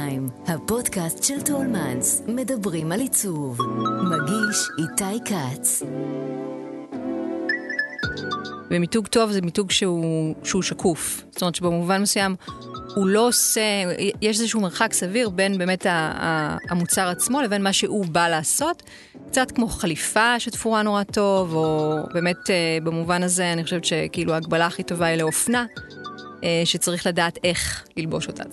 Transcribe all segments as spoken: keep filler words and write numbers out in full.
טיים, הפודקאסט של טולמנס, מדברים על עיצוב. מגיש איתי קץ. ומיתוג טוב זה מיתוג שהוא, שהוא שקוף. זאת אומרת שבמובן מסוים הוא לא עושה, יש איזשהו מרחק סביר בין באמת המוצר עצמו לבין מה שהוא בא לעשות. קצת כמו חליפה שתפורה נורא טוב, או באמת במובן הזה אני חושבת שכאילו ההגבלה הכי טובה היא לאופנה, שצריך לדעת איך ללבוש אותה.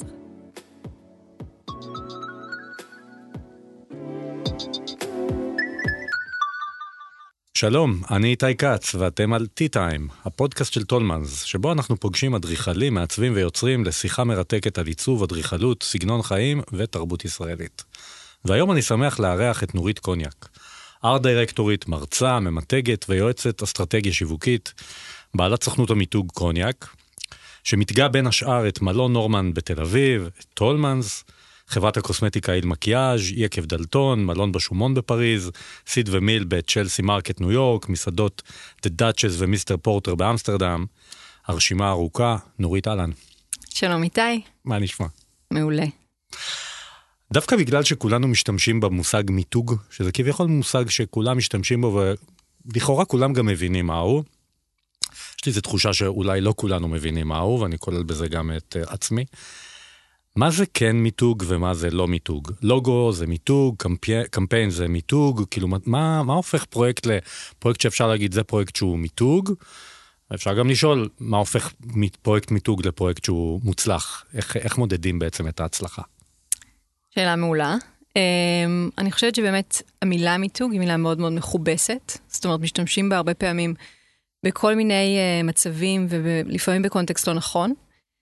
שלום, אני איתי קץ, ואתם על טי-טיים, הפודקאסט של טולמנס, שבו אנחנו פוגשים אדריכלים, מעצבים ויוצרים לשיחה מרתקת על עיצוב, אדריכלות, סגנון חיים ותרבות ישראלית. והיום אני שמח לארח את נורית קוניאק, ארט דירקטורית, מרצה, ממתגת ויועצת אסטרטגיה שיווקית, בעלת סוכנות המיתוג קוניאק, שמתגע בין השאר את מלון נורמן בתל אביב, את טולמנס, חברת הקוסמטיקה איל מקיאז', יקב דלטון, מלון בשומון בפריז, סיד ומיל בצ'לסי מרקט ניו יורק, מסעדות The Duchess ומיסטר פורטר באמסטרדם. הרשימה ארוכה. נורית, אהלן. שלום איתי. מה נשמע? מעולה. דווקא בגלל שכולנו משתמשים במושג מיתוג, שזה כביכול מושג שכולם משתמשים בו ולכאורה כולם גם מבינים מהו, יש לי איזו תחושה שאולי לא כולנו מבינים מהו, ואני כולל בזה גם את uh, עצמי. מה זה כן מיתוג ומה זה לא מיתוג? לוגו זה מיתוג, קמפיין, קמפיין זה מיתוג, כאילו מה, מה הופך פרויקט לפרויקט שאפשר להגיד זה פרויקט שהוא מיתוג? אפשר גם לשאול מה הופך פרויקט מיתוג לפרויקט שהוא מוצלח? איך, איך מודדים בעצם את ההצלחה? שאלה מעולה. אני חושבת שבאמת המילה מיתוג היא מילה מאוד מאוד מכובסת, זאת אומרת משתמשים בה הרבה פעמים בכל מיני מצבים ולפעמים בקונטקסט לא נכון.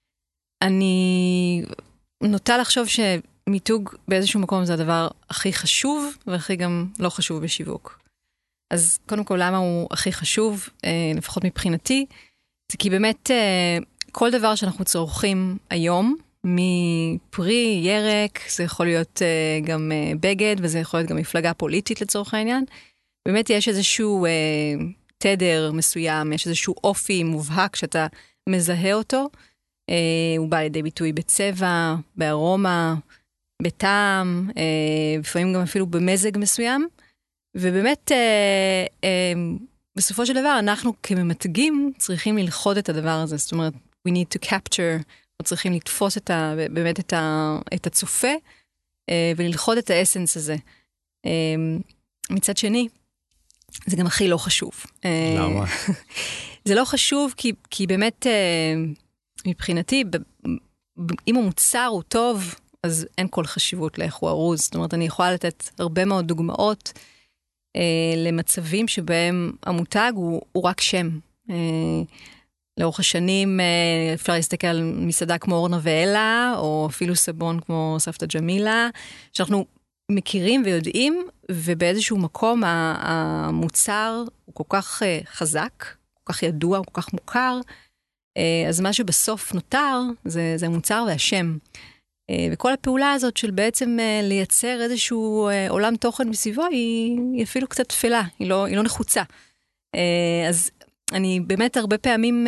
אני נוטה לחשוב שמיתוג באיזשהו מקום זה הדבר הכי חשוב, והכי גם לא חשוב בשיווק. אז קודם כל, למה הוא הכי חשוב, לפחות מבחינתי, זה כי באמת כל דבר שאנחנו צורכים היום, מפרי, ירק, זה יכול להיות גם בגד, וזה יכול להיות גם מפלגה פוליטית לצורך העניין, באמת יש איזשהו תדר מסוים, יש איזשהו אופי מובהק שאתה מזהה אותו, הוא בא לידי ביטוי בצבע, בארומה, בטעם, לפעמים גם אפילו במזג מסוים, ובאמת בסופו של דבר אנחנו כממתגים צריכים ללחוד את הדבר הזה, זאת אומרת, we need to capture, צריכים לתפוס את ה, באמת את, ה, את הצופה, וללחוד את האסנס הזה. מצד שני, זה גם הכי לא חשוב. למה? זה לא חשוב כי, כי באמת מבחינתי, אם המוצר הוא טוב, אז אין כל חשיבות לאיך הוא ארוז. זאת אומרת, אני יכולה לתת הרבה מאוד דוגמאות אה, למצבים שבהם המותג הוא, הוא רק שם. אה, לאורך השנים אה, אפשר להסתכל על מסעדה כמו אורנה ואלה, או אפילו סבון כמו סבתא ג'מילה, שאנחנו מכירים ויודעים, ובאיזשהו מקום המוצר הוא כל כך אה, חזק, כל כך ידוע, הוא כל כך מוכר, אז מה שבסוף נותר זה, זה המוצר והשם. וכל הפעולה הזאת של בעצם לייצר איזשהו עולם תוכן מסביבו, היא, היא אפילו קצת תפלה, היא לא, היא לא נחוצה. אז אני באמת הרבה פעמים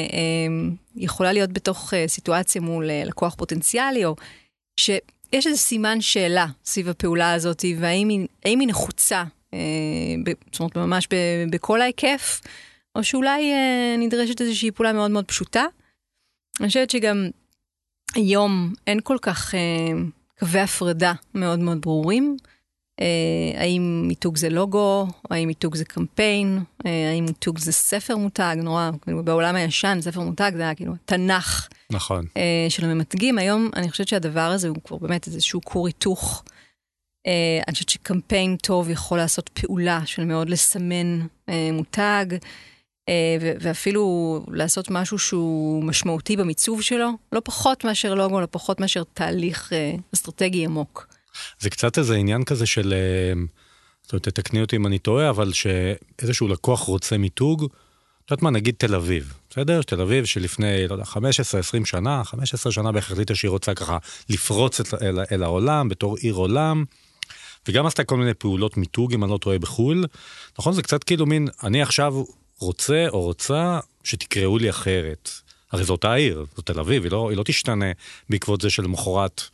יכולה להיות בתוך סיטואציה מול לקוח פוטנציאלי, או שיש איזה סימן שאלה סביב הפעולה הזאת, והאם היא, האם היא נחוצה, זאת אומרת ממש בכל ההיקף, או שאולי אה, נדרשת איזושהי פעולה מאוד מאוד פשוטה. אני חושבת שגם היום אין כל כך אה, קווי הפרדה מאוד מאוד ברורים. אה, האם מיתוג זה לוגו, האם מיתוג זה קמפיין, אה, האם מיתוג זה ספר מותג, נורא, בעולם הישן ספר מותג זה היה כאילו תנ"ך. נכון. אה, של הממתגים. היום אני חושבת שהדבר הזה הוא כבר באמת איזשהו כור היתוך. Uh, אני חושבת שקמפיין טוב יכול לעשות פעולה של מאוד לסמן uh, מותג, uh, ואפילו לעשות משהו שהוא משמעותי במיצוב שלו, לא פחות מאשר לוגו, לא פחות מאשר תהליך uh, אסטרטגי עמוק. זה קצת איזה עניין כזה של, זאת אומרת, תתקני אותי אם אני טועה, אבל שאיזשהו לקוח רוצה מיתוג, את יודעת מה, נגיד תל אביב, בסדר? תל אביב שלפני, לא יודע, חמש עשרה עשרים שנה, חמש עשרה שנה בערך החליטה שהיא רוצה ככה לפרוץ אל, אל העולם, בתור עיר עולם, וגם עשתה כל מיני פעולות מיתוג, אם אני לא טועה, בחול. נכון, זה קצת כאילו מין, אני עכשיו רוצה או רוצה שתקראו לי אחרת. הרי זאת העיר, זאת תל אביב, היא לא, היא לא תשתנה בעקבות זה של מחרת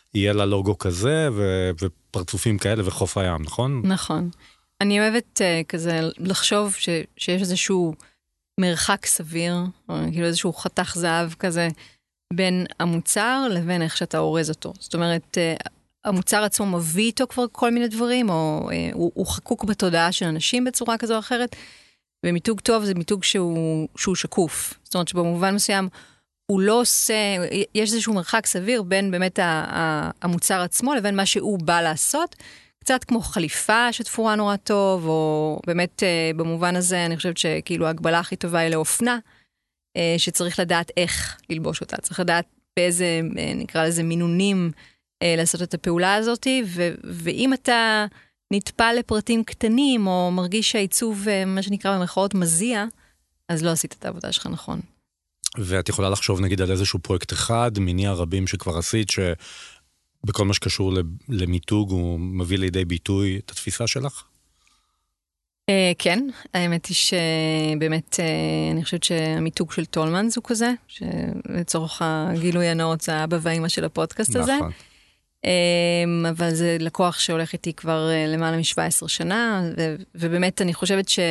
יהיה לה לוגו כזה, ו- ופרצופים כאלה וחוף הים, נכון? נכון. אני אוהבת uh, כזה לחשוב ש- שיש איזשהו מרחק סביר, או כאילו איזשהו חתך זהב כזה, בין המוצר לבין איך שאתה אורז אותו. זאת אומרת, uh, המוצר עצמו מביא איתו כבר כל מיני דברים, או uh, הוא, הוא חקוק בתודעה של אנשים בצורה כזו או אחרת, ומיתוג טוב זה מיתוג שהוא, שהוא שקוף. זאת אומרת שבמובן מסוים, הוא לא עושה, יש איזשהו מרחק סביר בין באמת המוצר עצמו לבין מה שהוא בא לעשות, קצת כמו חליפה שתפורה נורא טוב, או באמת במובן הזה אני חושבת שכאילו ההגבלה הכי טובה היא לאופנה, שצריך לדעת איך ללבוש אותה, צריך לדעת באיזה, נקרא לזה מינונים, לעשות את הפעולה הזאת, ו- ואם אתה נטפל לפרטים קטנים, או מרגיש שהעיצוב, מה שנקרא במרכאות מזיע, אז לא עשית את העבודה שלך נכון. ואת יכולה לחשוב נגיד על איזשהו פרויקט אחד, מיני הרבים שכבר עשית, שבכל מה שקשור למיתוג, הוא מביא לידי ביטוי את התפיסה שלך? כן, האמת היא שבאמת, אני חושבת שהמיתוג של טולמנס הוא כזה, שלצורך הגילוי הנאות זה האבא והאמא של הפודקאסט הזה. נכון. אבל זה לקוח שהולך איתי כבר למעלה מ-שבע עשרה שנה, ובאמת אני חושבת ש...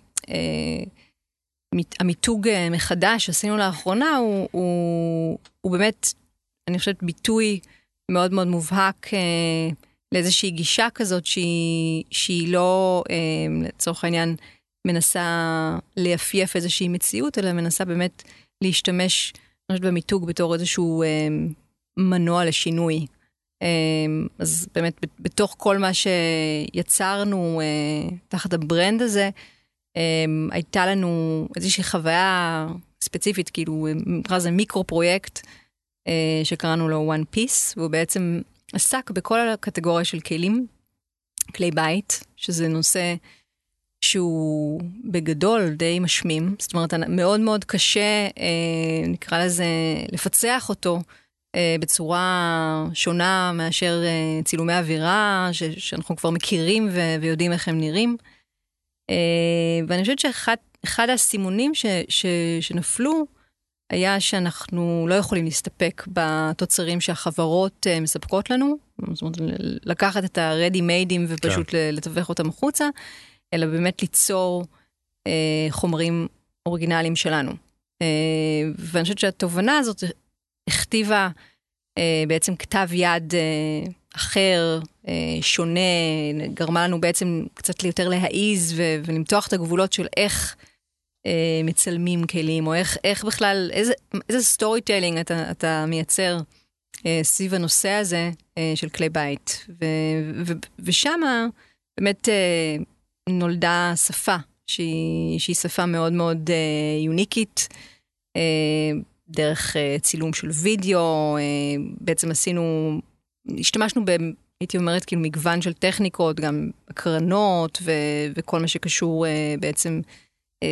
המיתוג מחדש שעשינו לאחרונה הוא, הוא, הוא באמת, אני חושבת, ביטוי מאוד מאוד מובהק אה, לאיזושהי גישה כזאת שהיא, שהיא לא, אה, לצורך העניין, מנסה ליפייף איזושהי מציאות, אלא מנסה באמת להשתמש, אני חושבת, במיתוג בתור איזשהו אה, מנוע לשינוי. אה, אז באמת, בתוך כל מה שיצרנו אה, תחת הברנד הזה, Um, הייתה לנו איזושהי חוויה ספציפית, כאילו, נקרא לזה מיקרו-פרויקט, uh, שקראנו לו One Piece, והוא בעצם עסק בכל הקטגוריה של כלים, כלי בית, שזה נושא שהוא בגדול די משמים, זאת אומרת, מאוד מאוד קשה, uh, נקרא לזה, לפצח אותו uh, בצורה שונה מאשר uh, צילומי אווירה, ש- שאנחנו כבר מכירים ו- ויודעים איך הם נראים, Uh, ואני חושבת שאחד אחד הסימונים ש, ש, שנפלו היה שאנחנו לא יכולים להסתפק בתוצרים שהחברות uh, מספקות לנו, זאת אומרת, לקחת את ה-ready-made'ים ופשוט כן. לתווך אותם החוצה, אלא באמת ליצור uh, חומרים אוריגינליים שלנו. Uh, ואני חושבת שהתובנה הזאת הכתיבה uh, בעצם כתב יד uh, אחר, שונה, גרמה לנו בעצם קצת יותר להעיז ו- ולמתוח את הגבולות של איך אה, מצלמים כלים, או איך, איך בכלל, איזה, איזה סטורי טיילינג אתה, אתה מייצר אה, סביב הנושא הזה אה, של כלי בית. ו- ו- ושמה באמת אה, נולדה שפה, שהיא, שהיא שפה מאוד מאוד אה, יוניקית, אה, דרך אה, צילום של וידאו, אה, בעצם עשינו, השתמשנו ב... הייתי אומרת כאילו מגוון של טכניקות, גם הקרנות ו- וכל מה שקשור uh, בעצם uh,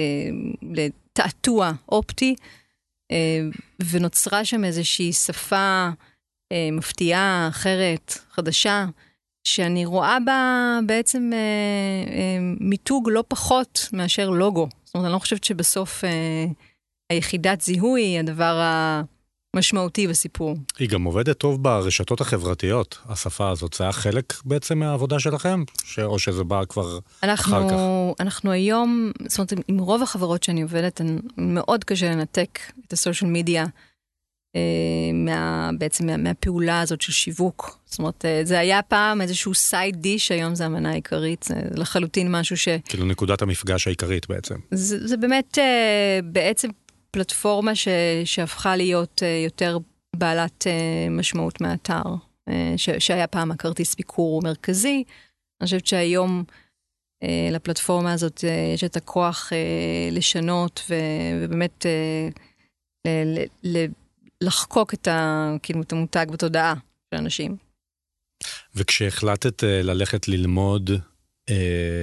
לתעתוע אופטי, uh, ונוצרה שם איזושהי שפה uh, מפתיעה, אחרת, חדשה, שאני רואה בה בעצם uh, uh, מיתוג לא פחות מאשר לוגו. זאת אומרת, אני לא חושבת שבסוף uh, היחידת זיהוי היא הדבר ה... משמעותי בסיפור. היא גם עובדת טוב ברשתות החברתיות, השפה הזאת. זה היה חלק בעצם מהעבודה שלכם? ש... או שזה בא כבר אנחנו, אחר כך? אנחנו היום, זאת אומרת, עם רוב החברות שאני עובדת, מאוד קשה לנתק את הסושיאל מדיה, אה, מה, בעצם מה, מהפעולה הזאת של שיווק. זאת אומרת, זה היה פעם איזשהו סייד דיש, היום זה המנה העיקרית, זה לחלוטין משהו ש... כאילו נקודת המפגש העיקרית בעצם. זה, זה באמת, אה, בעצם, פלטפורמה ש, שהפכה להיות uh, יותר בעלת uh, משמעות מהאתר, uh, ש, שהיה פעם הכרטיס ביקור מרכזי. אני חושבת שהיום uh, לפלטפורמה הזאת uh, יש את הכוח uh, לשנות ו, ובאמת uh, ל, ל, ל, לחקוק את, ה, כאילו, את המותג בתודעה של אנשים. וכשהחלטת uh, ללכת ללמוד... Uh...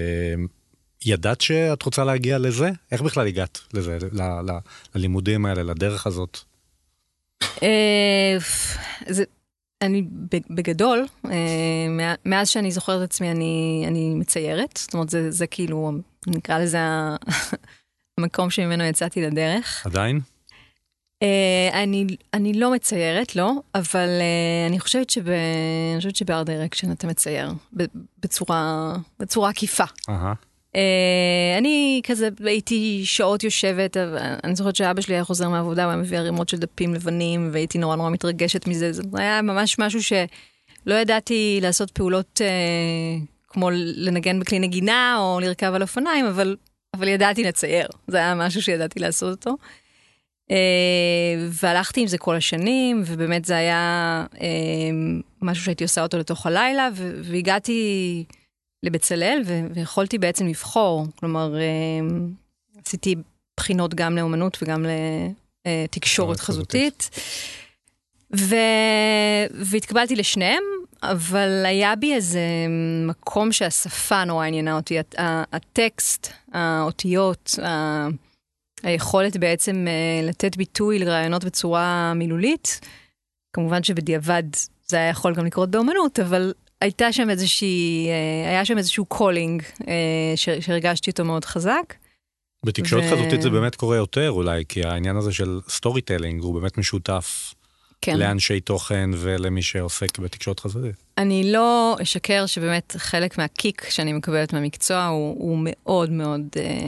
ידעת שאת רוצה להגיע לזה? איך בכלל הגעת לזה, ל- ל- ללימודים האלה, לדרך הזאת? זה, אני בגדול, מאז שאני זוכרת את עצמי, אני, אני מציירת. זאת אומרת, זה, זה כאילו, נקרא לזה המקום שממנו יצאתי לדרך. עדיין? אני, אני לא מציירת, לא, אבל אני חושבת שב, אני חושבת שבארט דירקשן אתה מצייר בצורה, בצורה עקיפה. אהה. אני כזה הייתי שעות יושבת, אני זוכרת שאבא שלי היה חוזר מהעבודה, הוא היה מביא ערימות של דפים לבנים, והייתי נורא נורא מתרגשת מזה. זה היה ממש משהו שלא ידעתי לעשות פעולות כמו לנגן בכלי נגינה, או לרכב על אופניים, אבל, אבל ידעתי לצייר. זה היה משהו שידעתי לעשות אותו. והלכתי עם זה כל השנים, ובאמת זה היה משהו שהייתי עושה אותו לתוך הלילה, והגעתי לבצלאל, ויכולתי בעצם לבחור, כלומר, עשיתי בחינות גם לאומנות וגם לתקשורת חזותית, והתקבלתי לשניהם, אבל היה בי איזה מקום שהשפה נורא עניינה אותי, הטקסט, האותיות, היכולת בעצם לתת ביטוי לרעיונות בצורה מילולית, כמובן שבדיעבד זה היה יכול גם לקרות באומנות, אבל הייתה שם איזושהי, היה שם איזשהו קולינג שהרגשתי אותו מאוד חזק. בתקשורת חזותית זה באמת קורה יותר אולי, כי העניין הזה של סטורי טלינג הוא באמת משותף לאנשי תוכן ולמי שעוסק בתקשורת חזותית. אני לא אשקר שבאמת חלק מהקיק שאני מקבלת מהמקצוע הוא מאוד מאוד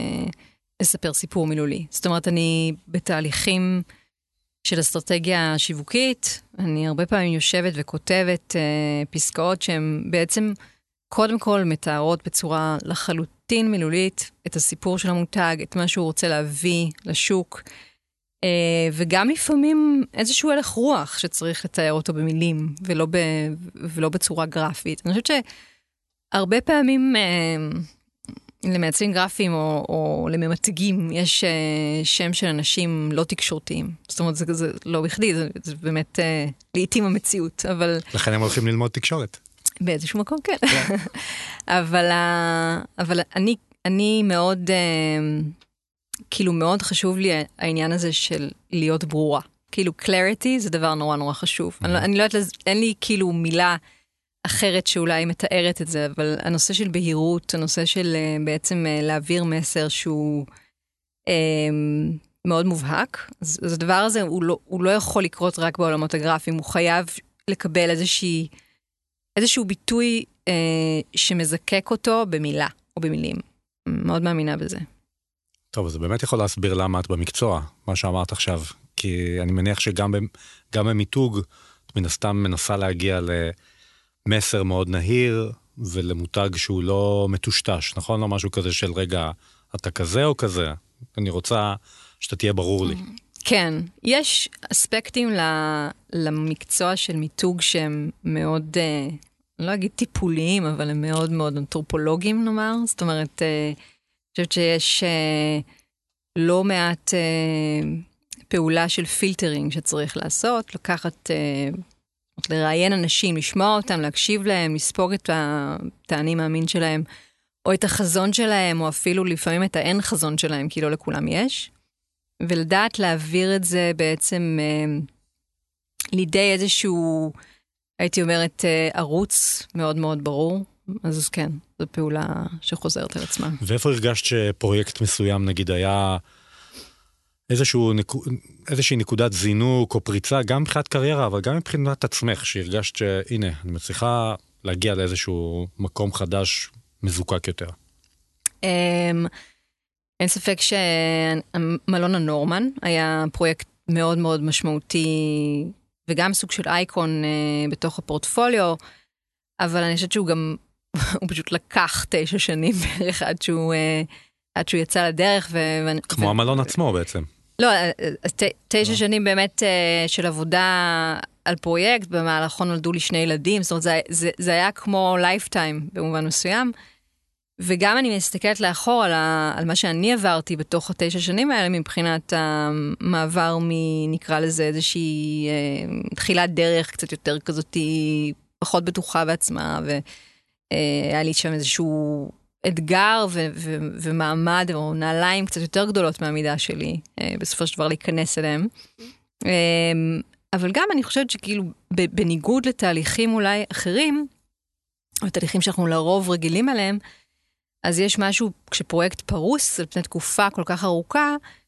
לספר סיפור מילולי. זאת אומרת, אני בתהליכים של אסטרטגיה שיווקית, אני הרבה פעמים יושבת וכותבת אה, פסקאות שהן בעצם קודם כל מתארות בצורה לחלוטין מילולית את הסיפור של המותג, את מה שהוא רוצה להביא לשוק, אה, וגם לפעמים איזשהו הלך רוח שצריך לתאר אותו במילים, ולא, ב, ולא בצורה גרפית. אני חושבת שהרבה פעמים אה, למייצגים גרפיים או, או לממתגים יש uh, שם של אנשים לא תקשורתיים. זאת אומרת, זה, זה לא בכדי, זה, זה באמת uh, לעתים המציאות, אבל... לכן הם הולכים ללמוד תקשורת. באיזשהו מקום, כן. אבל, uh, אבל אני, אני מאוד, uh, כאילו מאוד חשוב לי העניין הזה של להיות ברורה. כאילו, clarity זה דבר נורא נורא חשוב. אני, אני לא יודעת, אין לי כאילו מילה אחרת שאולי מתארת את זה, אבל הנושא של בהירות, הנושא של uh, בעצם uh, להעביר מסר שהוא uh, מאוד מובהק, אז, אז הדבר הזה הוא לא, הוא לא יכול לקרות רק בעולמות הגרפיים, הוא חייב לקבל איזושהי, איזשהו ביטוי uh, שמזקק אותו במילה או במילים. מאוד מאמינה בזה. טוב, אז זה באמת יכול להסביר למה את במקצוע, מה שאמרת עכשיו, כי אני מניח שגם גם במיתוג, את מן הסתם מנסה להגיע ל... מסר מאוד נהיר, ולמותג שהוא לא מטושטש, נכון? לא משהו כזה של רגע, אתה כזה או כזה? אני רוצה שאתה תהיה ברור לי. כן, יש אספקטים למקצוע של מיתוג שהם מאוד, אני לא אגיד טיפוליים, אבל הם מאוד מאוד אנתרופולוגיים נאמר, זאת אומרת, אני חושבת שיש לא מעט פעולה של פילטרינג שצריך לעשות, לקחת... לראיין אנשים, לשמוע אותם, להקשיב להם, לספוג את הטעני מאמין שלהם, או את החזון שלהם, או אפילו לפעמים את האין חזון שלהם, כי לא לכולם יש. ולדעת להעביר את זה בעצם אה, לידי איזשהו, הייתי אומרת, אה, ערוץ מאוד מאוד ברור. אז כן, זו פעולה שחוזרת על עצמה. ואיפה הרגשת שפרויקט מסוים, נגיד, היה... איזשהו, איזושהי נקודת זינוק או פריצה, גם מבחינת קריירה, אבל גם מבחינת עצמך, שהרגשת שהנה, אני מצליחה להגיע לאיזשהו מקום חדש, מזוקק יותר. אין ספק שמלון הנורמן היה פרויקט מאוד מאוד משמעותי, וגם סוג של אייקון בתוך הפורטפוליו, אבל אני חושבת שהוא גם, הוא פשוט לקח תשע שנים בערך עד שהוא, עד שהוא יצא לדרך. כמו ו... המלון עצמו בעצם. לא, תשע שנים באמת של עבודה על פרויקט, במהלכו נולדו לי שני ילדים, זאת אומרת, זה, זה, זה היה כמו לייפטיים במובן מסוים, וגם אני מסתכלת לאחור על, ה, על מה שאני עברתי בתוך התשע שנים האלה, מבחינת המעבר מנקרא לזה איזושהי אה, תחילת דרך קצת יותר כזאת, פחות בטוחה בעצמה, והיה לי שם איזשהו אתגר ו- ו- ומעמד, או נעליים קצת יותר גדולות מהמידה שלי, אה, בסופו של דבר להיכנס אליהם. אה, אבל גם אני חושבת שכאילו, בניגוד לתהליכים אולי אחרים, או תהליכים שאנחנו לרוב רגילים עליהם, אז יש משהו, כשפרויקט פרוס, על פני תקופה כל כך ארוכה,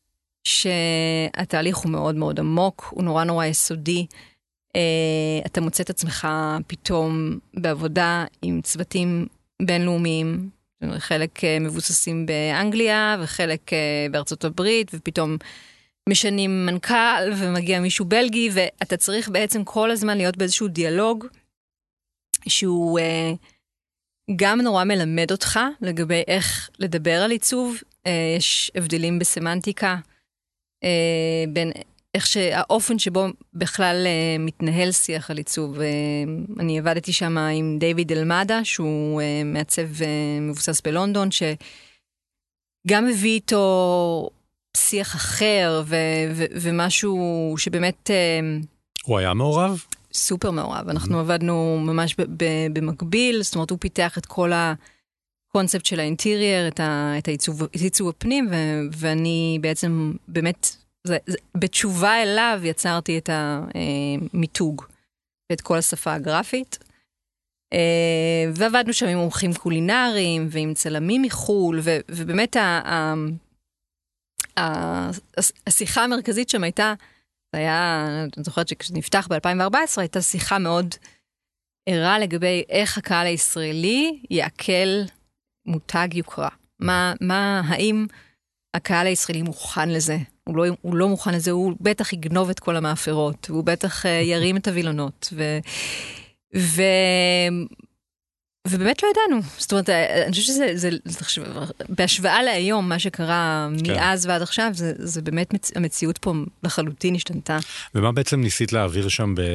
שהתהליך הוא מאוד מאוד עמוק, הוא נורא נורא יסודי. אתה מוצא את עצמך פתאום בעבודה עם צוותים בינלאומיים, חלק מבוססים באנגליה וחלק בארצות הברית, ופתאום משנים מנכ"ל ומגיע מישהו בלגי, ואתה צריך בעצם כל הזמן להיות באיזשהו דיאלוג, שהוא גם נורא מלמד אותך לגבי איך לדבר על עיצוב. יש הבדלים בסמנטיקה, בין איך שהאופן שבו בכלל מתנהל שיח על עיצוב. אני עבדתי שם עם דיוויד אלמדה, שהוא מעצב מבוסס בלונדון, שגם הביא איתו שיח אחר, ו- ו- ומשהו שבאמת... הוא היה מעורב? סופר מעורב. אנחנו עבדנו ממש ב- ב- במקביל, זאת אומרת, הוא פיתח את כל הקונספט של האינטרייר, את, ה- את העיצוב, את עיצוב הפנים, ו- ואני בעצם באמת... זה, זה, בתשובה אליו יצרתי את המיתוג ואת כל השפה הגרפית. ועבדנו שם עם מומחים קולינריים ועם צלמים מחול, ו, ובאמת ה, ה, ה, השיחה המרכזית שם הייתה, זה היה, אני זוכרת שכשנפתח ב-אלפיים וארבע עשרה, הייתה שיחה מאוד ערה לגבי איך הקהל הישראלי יעכל מותג יוקרה. מה, מה, האם הקהל הישראלי מוכן לזה? הוא לא, הוא לא מוכן לזה, הוא בטח יגנוב את כל המאפרות, הוא בטח ירים את הווילונות, ו, ו, ובאמת לא ידענו. זאת אומרת, אני חושבת שזה, זה, זה, בהשוואה להיום, מה שקרה מאז ועד עכשיו, זה, זה באמת, מצ, המציאות פה לחלוטין השתנתה. ומה בעצם ניסית להעביר שם ב...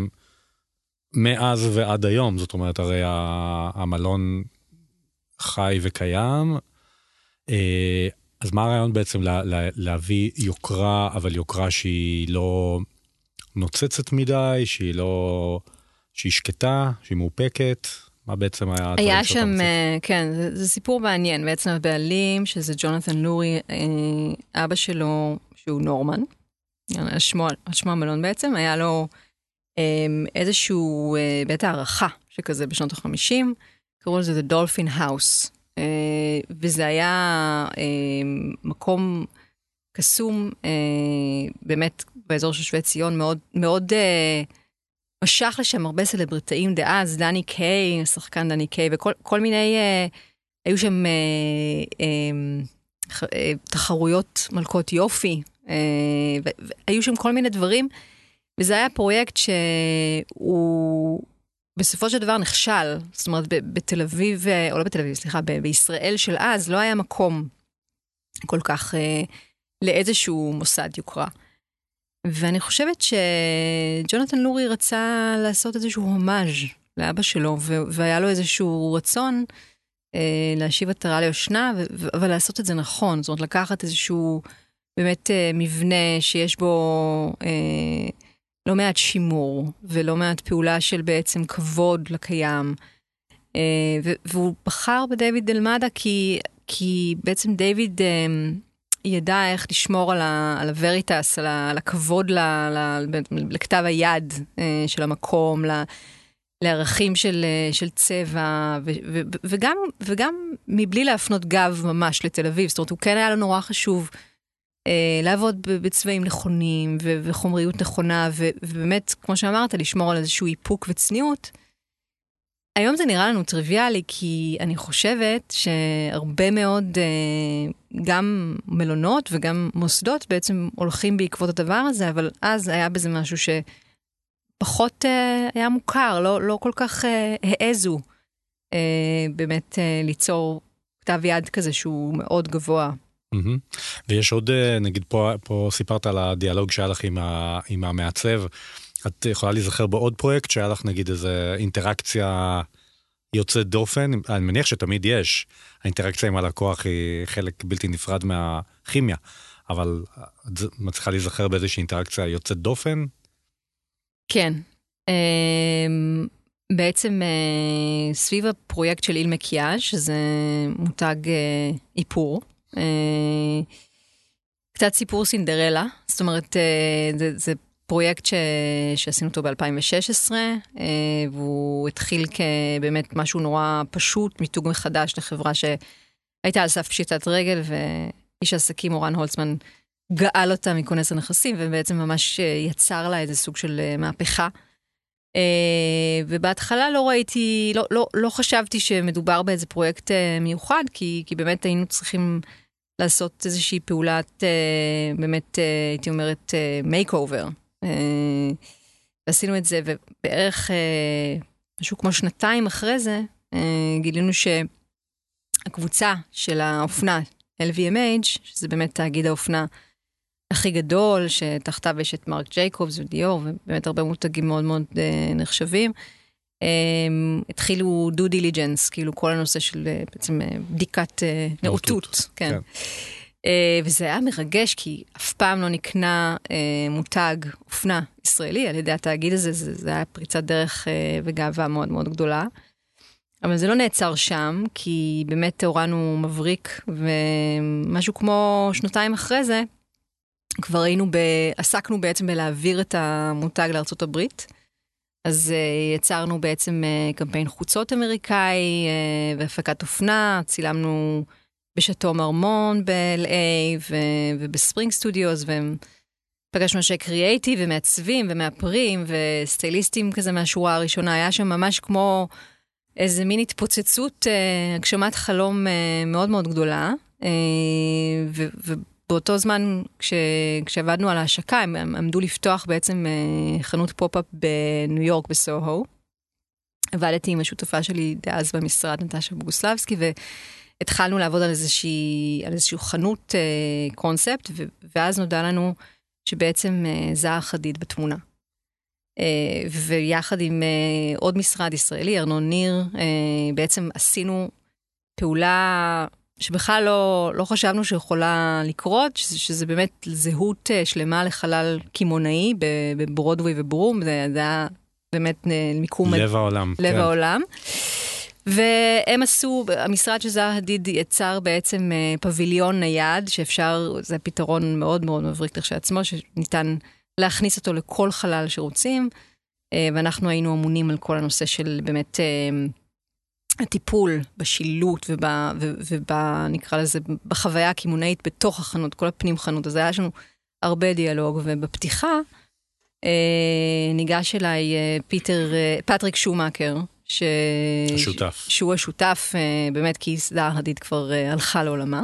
מאז ועד היום? זאת אומרת, הרי המלון חי וקיים, אז מה הרעיון בעצם לה, לה, להביא יוקרה, אבל יוקרה שהיא לא נוצצת מדי, שהיא לא, שהיא שקטה, שהיא מאופקת? מה בעצם היה... היה שם, כן, זה, זה סיפור מעניין. בעצם הבעלים, שזה ג'ונתן לורי, אבא שלו, שהוא נורמן, על שמו, על שמו המלון בעצם, היה לו איזשהו בית הערכה, שכזה בשנות ה-חמישים, קראו לזה The Dolphin House. Uh, וזה היה uh, מקום קסום, uh, באמת באזור של שווה ציון, מאוד, מאוד uh, משך לשם הרבה סלבריטאים דאז, דני קיי, השחקן דני קיי, וכל כל מיני, uh, היו שם uh, uh, uh, תחרויות מלכות יופי, uh, והיו שם כל מיני דברים, וזה היה פרויקט שהוא... בסופו של דבר נכשל, זאת אומרת, בתל אביב, או לא בתל אביב, סליחה, בישראל של אז, לא היה מקום כל כך אה, לאיזשהו מוסד יוקרה. ואני חושבת שג'ונתן לורי רצה לעשות איזשהו הומאז' לאבא שלו, והיה לו איזשהו רצון אה, להשיב עטרה ליושנה, אבל לעשות את זה נכון, זאת אומרת, לקחת איזשהו באמת אה, מבנה שיש בו... אה, לא מעט שימור, ולא מעט פעולה של בעצם כבוד לקיים. והוא בחר בדיוויד אלמדה, כי, כי בעצם דיוויד ידע איך לשמור על, ה, על הווריטס, על, ה, על הכבוד ל, ל, לכתב היד של המקום, ל, לערכים של, של צבע, ו, ו, וגם, וגם מבלי להפנות גב ממש לתל אביב. זאת אומרת, הוא כן היה לו נורא חשוב, לעבוד בצבעים נכונים וחומריות נכונה, ובאמת, כמו שאמרת, לשמור על איזשהו איפוק וצניעות. היום זה נראה לנו טריוויאלי, כי אני חושבת שהרבה מאוד, גם מלונות וגם מוסדות בעצם הולכים בעקבות הדבר הזה, אבל אז היה בזה משהו שפחות היה מוכר, לא, לא כל כך העזו באמת ליצור כתב יד כזה שהוא מאוד גבוה. Mm-hmm. ויש עוד, נגיד פה, פה סיפרת על הדיאלוג שהיה לך עם, ה, עם המעצב, את יכולה להיזכר בעוד פרויקט שהיה לך נגיד איזו אינטראקציה יוצאת דופן, אני מניח שתמיד יש, האינטראקציה עם הלקוח היא חלק בלתי נפרד מהכימיה, אבל את מצליחה להיזכר באיזושהי אינטראקציה יוצאת דופן? כן, בעצם סביב הפרויקט של איל מקיאז', שזה מותג איפור, קצת סיפור סינדרלה, זאת אומרת, זה, זה פרויקט ש, שעשינו אותו ב-אלפיים ושש עשרה, והוא התחיל כבאמת משהו נורא פשוט, מיתוג מחדש לחברה שהייתה על סף פשיטת רגל, ואיש העסקים אורן הולצמן גאל אותה מכונס הנכסים, ובעצם ממש יצר לה איזה סוג של מהפכה. ובהתחלה לא ראיתי, לא, לא, לא חשבתי שמדובר באיזה פרויקט מיוחד, כי, כי באמת היינו צריכים לעשות איזושהי פעולת, באמת, הייתי אומרת, מייק אובר. ועשינו את זה, ובערך משהו כמו שנתיים אחרי זה, גילינו שהקבוצה של האופנה, אל וי אם אייץ', שזה באמת תאגיד האופנה הכי גדול, שתחתיו יש את מרק ג'ייקובס ודיור, ובאמת הרבה מותגים מאוד מאוד נחשבים, התחילו דו דיליג'נס, כאילו כל הנושא של בעצם בדיקת נאותות. כן. וזה היה מרגש, כי אף פעם לא נקנה מותג אופנה ישראלי על ידי התאגיד הזה, זה היה פריצת דרך וגאווה מאוד מאוד גדולה. אבל זה לא נעצר שם, כי באמת תאורנו מבריק, ומשהו כמו שנתיים אחרי זה, כבר היינו, ב... עסקנו בעצם בלהעביר את המותג לארצות הברית, אז uh, יצרנו בעצם uh, קמפיין חוצות אמריקאי, uh, והפקת אופנה, צילמנו בשטו מרמון ב-אל איי, ו... ובספרינג סטודיוס, ופגשנו אנשי קריאייטיב, ומעצבים, ומאפרים, וסטייליסטים כזה מהשורה הראשונה, היה שם ממש כמו איזה מין התפוצצות, uh, הגשמת חלום uh, מאוד מאוד גדולה, uh, ו... ו... באותו זמן, כש, כשעבדנו על ההשקה, הם, הם עמדו לפתוח בעצם אה, חנות פופ-אפ בניו יורק, בסוהו. עבדתי עם השותפה שלי דאז במשרד, נטשה בוגוסלבסקי, והתחלנו לעבוד על איזושהי, על איזושהי חנות אה, קונספט, ו, ואז נודע לנו שבעצם אה, זהה חדיד בתמונה. אה, ויחד עם אה, עוד משרד ישראלי, ארנון ניר, אה, בעצם עשינו פעולה שבכלל לא, לא חשבנו שיכולה לקרות, שזה, שזה באמת זהות שלמה לחלל כימונאי בברודווי וברום, זה, זה היה באמת מיקום... לב העולם. לב כן. העולם. והם עשו, המשרד שזהה חדיד יצר בעצם פביליון נייד, שאפשר, זה פתרון מאוד מאוד מבריק לכשעצמו, שניתן להכניס אותו לכל חלל שרוצים, ואנחנו היינו אמונים על כל הנושא של באמת... הטיפול בשילוט ובנקרא לזה, בחוויה הכימונאית בתוך החנות, כל הפנים חנות, אז היה לנו הרבה דיאלוג, ובפתיחה אה, ניגש אליי אה, פיטר, אה, פטריק שומאקר, ש... השותף. שהוא השותף, אה, באמת כי זהה חדיד כבר אה, הלכה לעולמה,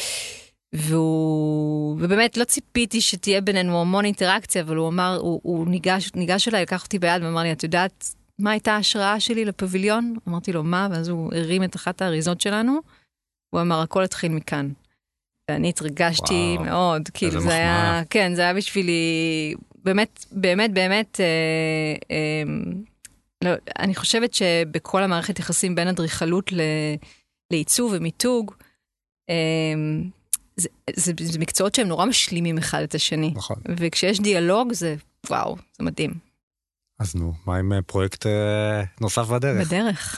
והוא, ובאמת לא ציפיתי שתהיה בינינו המון אינטראקציה, אבל הוא אמר, הוא, הוא ניגש, ניגש אליי, לקח אותי ביד ואמר לי, את יודעת, מה הייתה ההשראה שלי לפביליון? אמרתי לו, מה? ואז הוא הרים את אחת האריזות שלנו, הוא אמר, הכל התחיל מכאן. ואני התרגשתי וואו, מאוד, כאילו זה היה, כן, זה היה בשבילי, באמת, באמת, באמת, אה, אה, לא, אני חושבת שבכל המערכת יחסים בין אדריכלות ל, לעיצוב ומיתוג, אה, זה, זה, זה מקצועות שהם נורא משלימים אחד את השני. נכון. וכשיש דיאלוג, זה, וואו, זה מדהים. אז נו, מה עם פרויקט אה, נוסף בדרך? בדרך.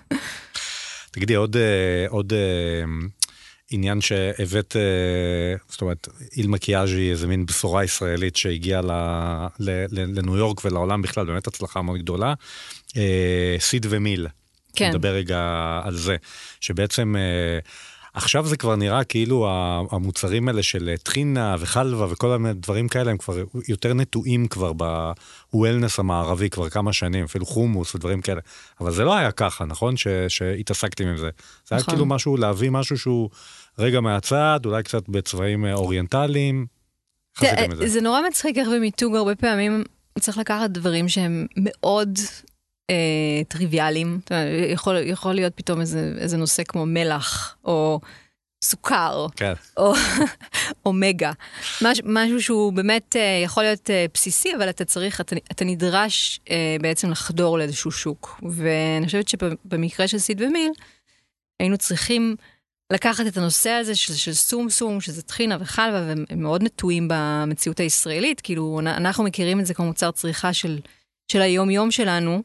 תגידי, עוד, אה, עוד אה, עניין שהבאת, אה, זאת אומרת, איל מקיאז'י, איזה מין בשורה ישראלית שהגיעה ל, ל, ל, לניו יורק ולעולם בכלל, באמת הצלחה מאוד גדולה, אה, סיד ומיל. כן. נדבר רגע על זה, שבעצם... אה, עכשיו זה כבר נראה כאילו המוצרים האלה של טחינה וחלבה וכל הדברים כאלה הם כבר יותר נטועים כבר בוולנס המערבי כבר כמה שנים, אפילו חומוס ודברים כאלה. אבל זה לא היה ככה, נכון? ש, שהתעסקתם עם זה. זה היה כאילו משהו, להביא משהו שהוא רגע מהצד, אולי קצת בצבעים אוריינטליים. זה. זה נורא מצחיק איך במיתוג הרבה פעמים צריך לקחת דברים שהם מאוד... אה, טריוויאליים, יכול, יכול להיות פתאום איזה, איזה נושא כמו מלח, או סוכר, כן. או אומגה. מש, משהו שהוא באמת אה, יכול להיות אה, בסיסי, אבל אתה צריך, אתה, אתה נדרש אה, בעצם לחדור לאיזשהו שוק. ואני חושבת שבמקרה של סיד ומיל, היינו צריכים לקחת את הנושא הזה של, של סום סום, שזה טחינה וחלבה, והם מאוד נטועים במציאות הישראלית, כאילו אנחנו מכירים את זה כמו מוצר צריכה של, של היום יום שלנו,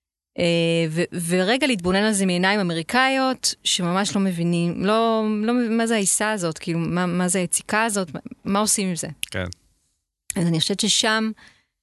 ו- ורגע להתבונן על זה מעיניים אמריקאיות, שממש לא מבינים, לא, לא מבין מה זה העיסה הזאת, כאילו, מה, מה זה היציקה הזאת, מה, מה עושים עם זה? כן. אז אני חושבת ששם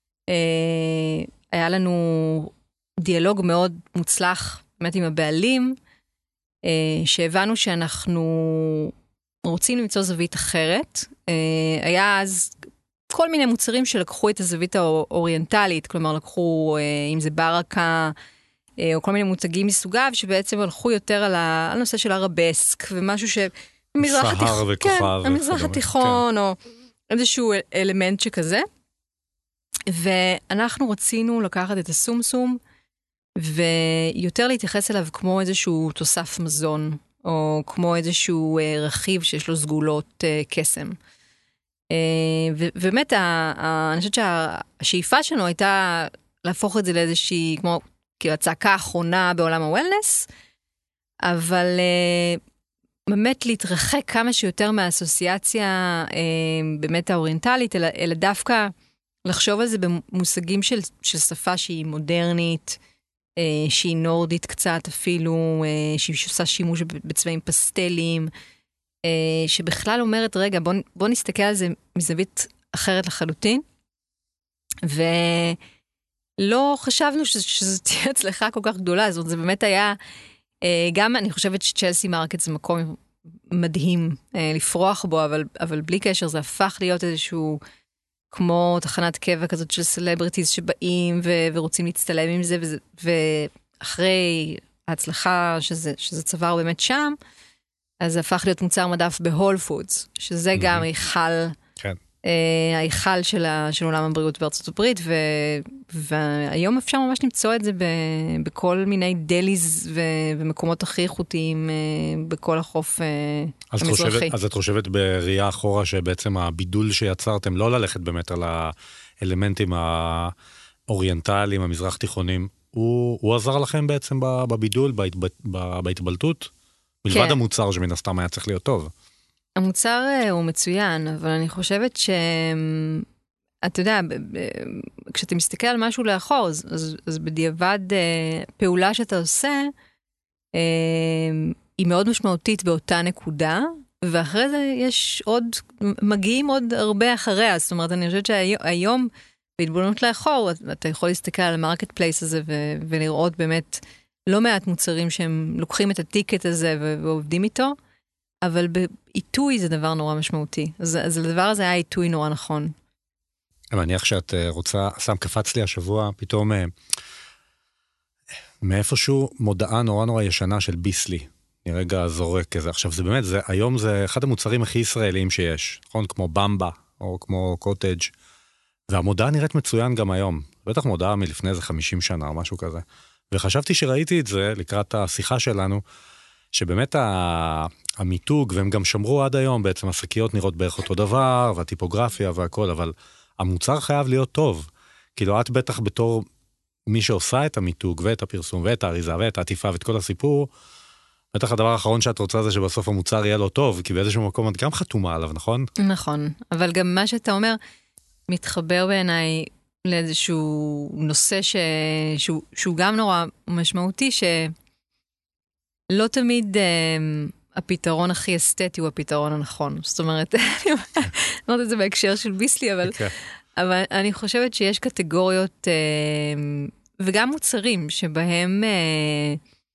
אה, היה לנו דיאלוג מאוד מוצלח, באמת עם הבעלים, אה, שהבנו שאנחנו רוצים למצוא זווית אחרת. היה אז כל מיני מוצרים שלקחו את הזווית האוריינטלית, כלומר לקחו, אם זה ברקה, או כל מיני מוצגים מסוגיו, שבעצם הלכו יותר על הנושא של הרבסק, ומשהו ש... סהר וכוכב. כן, המזרח התיכון, או איזשהו אלמנט שכזה. ואנחנו רצינו לקחת את הסומסום, ויותר להתייחס אליו כמו איזשהו תוסף מזון, או כמו איזשהו רכיב שיש לו סגולות קסם. ובאמת, אני חושבת שהשאיפה שלנו הייתה להפוך את זה לאיזושהי, כמו כאילו הצעקה האחרונה בעולם הוולנס, אבל באמת להתרחק כמה שיותר מהאסוציאציה באמת האוריינטלית, אלא, אלא דווקא לחשוב על זה במושגים של, של שפה שהיא מודרנית, שהיא נורדית קצת אפילו, שהיא עושה שימוש בצבעים פסטליים, שבכלל אומרת, רגע, בוא, בוא נסתכל על זה מזווית אחרת לחלוטין, ולא חשבנו שזו תהיה הצלחה כל כך גדולה, זאת אומרת, זה באמת היה, גם אני חושבת שצ'לסי מרקט זה מקום מדהים לפרוח בו, אבל, אבל בלי קשר זה הפך להיות איזשהו, כמו תחנת קבע כזאת של סלבריטיז שבאים ו- ורוצים להצטלם עם זה, וזה, ואחרי ההצלחה שזה, שזה צוואר באמת שם, אז זה הפך להיות מוצר מדף בהול פודס, שזה mm-hmm. גם היכל, כן. אה, היכל של, ה- של עולם הבריאות בארצות הברית, ו- והיום אפשר ממש למצוא את זה ב- בכל מיני דליז ו- ומקומות הכי איכותיים אה, בכל החוף אה, אז המזרחי. חושבת, אז את חושבת בראייה אחורה שבעצם הבידול שיצרתם, לא ללכת באמת על האלמנטים האוריינטליים, המזרח תיכונים, הוא, הוא עזר לכם בעצם בבידול, בהתבט, בהתבלטות? מלבד כן. המוצר שמן הסתם היה צריך להיות טוב. המוצר הוא מצוין, אבל אני חושבת ש... אתה יודע, כשאתה מסתכל על משהו לאחור, אז, אז, אז בדיעבד פעולה שאתה עושה, היא מאוד משמעותית באותה נקודה, ואחרי זה יש עוד, מגיעים עוד הרבה אחריה, זאת אומרת, אני חושבת שהיום, בהתבוננות לאחור, אתה יכול להסתכל על המרקט פלייס הזה, ו- ולראות באמת לא מעט מוצרים שהם לוקחים את הטיקט הזה, ו- ועובדים איתו, אבל בעיתוי זה דבר נורא משמעותי. אז, אז לדבר הזה היה עיתוי נורא נכון. אני מניח שאת רוצה, סתם קפץ לי השבוע, פתאום מאיפשהו מודעה נורא נורא ישנה של ביסלי. אני רגע זורק כזה. עכשיו זה באמת, זה, היום זה אחד המוצרים הכי ישראליים שיש, נכון? כמו במבה, או כמו קוטג', והמודעה נראית מצוין גם היום. בטח מודעה מלפני איזה חמישים שנה או משהו כזה. וחשבתי שראיתי את זה לקראת השיחה שלנו, שבאמת המיתוג, והם גם שמרו עד היום, בעצם השקיות נראות בערך אותו דבר, והטיפוגרפיה והכל, אבל המוצר חייב להיות טוב. כאילו את בטח בתור מי שעושה את המיתוג, ואת הפרסום, ואת האריזה, ואת העטיפה, ואת כל הסיפור, בטח הדבר האחרון שאת רוצה זה שבסוף המוצר יהיה לו טוב, כי באיזשהו מקום את גם חתומה עליו, נכון? נכון, אבל גם מה שאתה אומר, מתחבר בעיניי לאיזשהו נושא ש... שהוא, שהוא גם נורא משמעותי, שלא תמיד אה, הפתרון הכי אסתטי הוא הפתרון הנכון. זאת אומרת, אני אומרת את זה בהקשר של ביסלי, אבל, okay. אבל אני חושבת שיש קטגוריות אה, וגם מוצרים שבהם אה,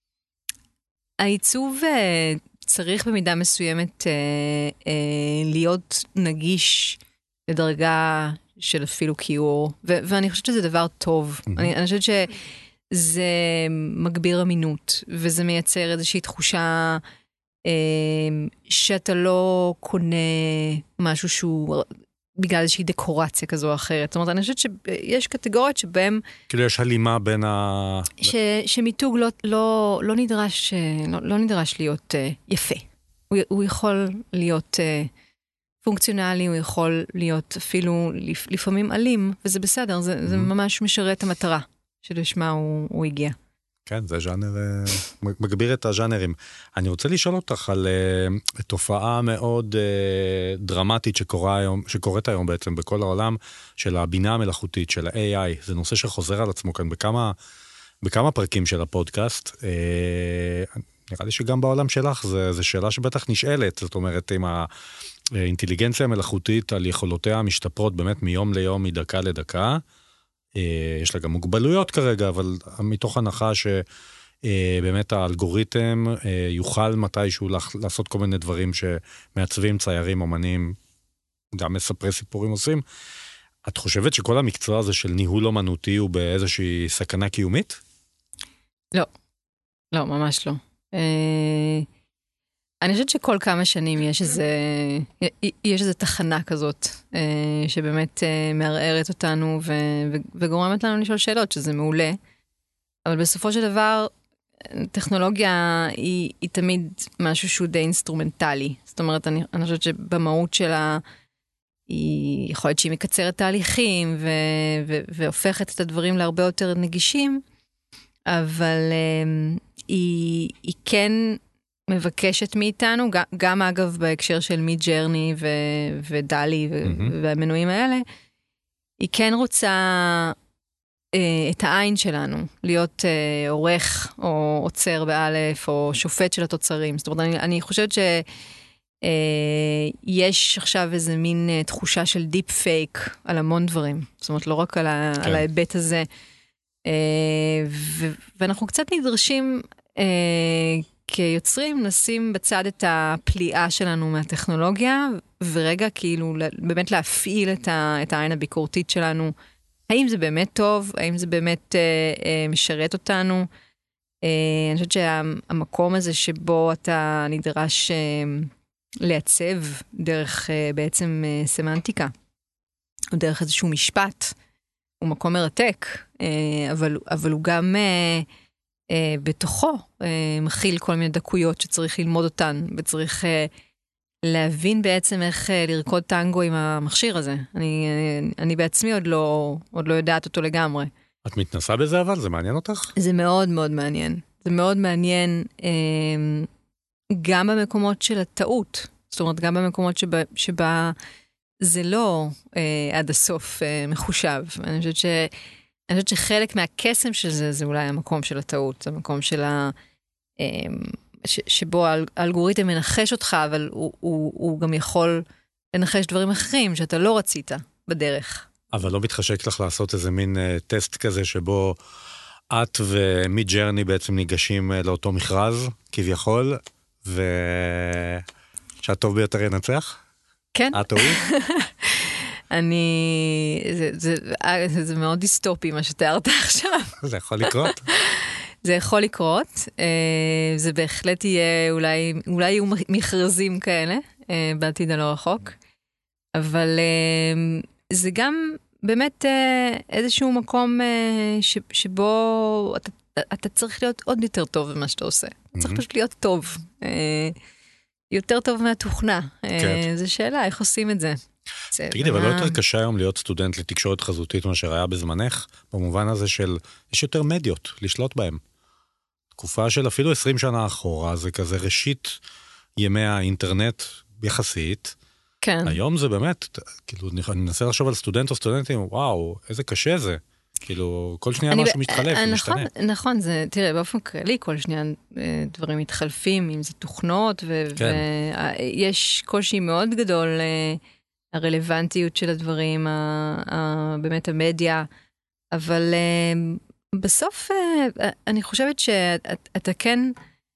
העיצוב אה, צריך במידה מסוימת אה, אה, להיות נגיש לדרגה של אפילו קיור, ו- ואני חושבת שזה דבר טוב. Mm-hmm. אני, אני חושבת שזה מגביר אמינות, וזה מייצר איזושהי תחושה אה, שאתה לא קונה משהו שהוא בגלל איזושהי דקורציה כזו או אחרת. זאת אומרת, אני חושבת שיש קטגוריות שבהם... כאילו יש הלימה בין ה... ש, שמיתוג לא, לא, לא, נדרש, לא, לא נדרש להיות uh, יפה. הוא, הוא יכול להיות... Uh, פונקציונלי, הוא יכול להיות אפילו לפעמים אלים, וזה בסדר, זה, mm-hmm. זה ממש משרת המטרה שלשמה הוא, הוא הגיע. כן, זה ז'אנר, מגביר את הז'אנרים. אני רוצה לשאול אותך על uh, תופעה מאוד uh, דרמטית שקורה היום, שקורית היום בעצם בכל העולם, של הבינה המלאכותית, של ה-איי איי. זה נושא שחוזר על עצמו כאן בכמה, בכמה פרקים של הפודקאסט. Uh, נראה לי שגם בעולם שלך, זה, זה שאלה שבטח נשאלת, זאת אומרת, עם ה... אינטליגנציה מלאכותית על יכולותיה משתפרות באמת מיום ליום, מדקה לדקה. יש לה גם מוגבלויות כרגע, אבל מתוך הנחה באמת האלגוריתם יוכל מתישהו לעשות כל מיני דברים שמעצבים, ציירים, אומנים, גם מספרי סיפורים עושים. את חושבת שכל המקצוע הזה של ניהול אומנותי הוא באיזושהי סכנה קיומית? לא, לא, ממש לא. אני חושבת שכל כמה שנים יש איזה, יש איזה תחנה כזאת, שבאמת מערערת אותנו וגורמת לנו לשאול שאלות, שזה מעולה. אבל בסופו של דבר, טכנולוגיה היא, היא תמיד משהו שהוא די אינסטרומנטלי. זאת אומרת, אני, אני חושבת שבמהות שלה, היא יכול להיות שהיא מקצרת תהליכים, ו, ו, והופכת את הדברים להרבה יותר נגישים, אבל um, היא, היא כן מבקשת מאיתנו, גם, גם אגב בהקשר של מי ג'רני ו, ודלי ו, mm-hmm. והמנויים האלה, היא כן רוצה את העין שלנו, להיות uh, עורך או עוצר באלף, או שופט של התוצרים. זאת אומרת, אני, אני חושבת שיש uh, עכשיו איזה מין uh, תחושה של דיפ פייק על המון דברים. זאת אומרת, לא רק על, ה, כן. על ההיבט הזה. Uh, ו, ואנחנו קצת נדרשים uh, כיוצרים, נשים בצד את הפליאה שלנו מהטכנולוגיה, ורגע כאילו באמת להפעיל את, ה, את העין הביקורתית שלנו, האם זה באמת טוב? האם זה באמת אה, אה, משרת אותנו? אה, אני חושבת שהמקום הזה שבו אתה נדרש אה, לייצב דרך אה, בעצם אה, סמנטיקה, או דרך איזשהו משפט, הוא מקום מרתק, אה, אבל, אבל הוא גם אה, אה, בתוכו אה, מכיל כל מיני דקויות שצריך ללמוד אותן, וצריך אה, להבין בעצם איך לרקוד טנגו עם המכשיר הזה. אני, אני בעצמי עוד לא, עוד לא יודעת אותו לגמרי. את מתנסה בזה אבל? זה מעניין אותך? זה מאוד מאוד מעניין. זה מאוד מעניין גם במקומות של הטעות. זאת אומרת, גם במקומות שבה, שבה זה לא עד הסוף מחושב. אני חושבת ש, אני חושבת שחלק מהקסם של זה, זה אולי המקום של הטעות. זה המקום של ה... ש, שבו האלגוריתם מנחש אותך, אבל הוא, הוא, הוא גם יכול לנחש דברים אחרים שאתה לא רצית בדרך. אבל לא מתחשק לך לעשות איזה מין uh, טסט כזה שבו את ומי ג'רני בעצם ניגשים uh, לאותו מכרז, כביכול, ושהטוב ביותר ינצח? כן. את או הוא? אני... זה, זה, זה, זה מאוד דיסטופי מה שתיארת עכשיו. זה יכול לקרות. זה יכול לקרות, זה בהחלט יהיה, אולי, אולי יהיו מכרזים כאלה, בעתיד הלא רחוק, אבל זה גם באמת איזשהו מקום שבו אתה, אתה צריך להיות עוד יותר טוב במה שאתה עושה. Mm-hmm. צריך פשוט להיות טוב, יותר טוב מהתוכנה. כן. זו שאלה, איך עושים את זה? תגידי, אבל לא יותר קשה היום להיות סטודנט לתקשורת חזותית מאשר היה בזמנך, במובן הזה של, יש יותר מדיות לשלוט בהם. תקופה של אפילו עשרים שנה אחורה, זה כזה ראשית ימי האינטרנט יחסית. כן. היום זה באמת, כאילו, אני מנסה לחשוב על סטודנט או סטודנטים, וואו, איזה קשה זה. כאילו, כל שנייה משהו מתחלף, נכון, משתנה. נכון, זה, תראה, באופן כללי, כל שנייה דברים מתחלפים, אם זה תוכנות, ויש קושי מאוד גדול, הרלוונטיות של הדברים, באמת המדיה, אבל בסוף אני חושבת שאתה כן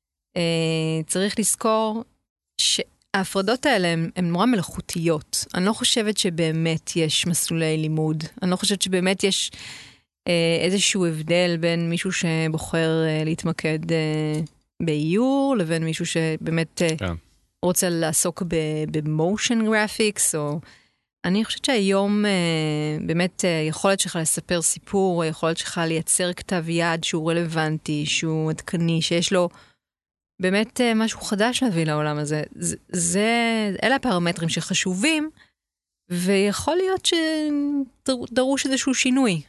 צריך לזכור שההפרדות האלה הן נורא מלאכותיות. אני לא חושבת שבאמת יש מסלולי לימוד, אני לא חושבת שבאמת יש איזשהו הבדל בין מישהו שבוחר להתמקד באיור, לבין מישהו שבאמת כן. רוצה לעסוק במושן גרפיקס, או... אני חושבת שהיום באמת יכולת שלך לספר סיפור, יכולת שלך לייצר כתב יד שהוא רלוונטי, שהוא עדכני, שיש לו באמת משהו חדש להביא לעולם הזה. זה, אלה הפרמטרים שחשובים, ויכול להיות שדרוש איזשהו שינוי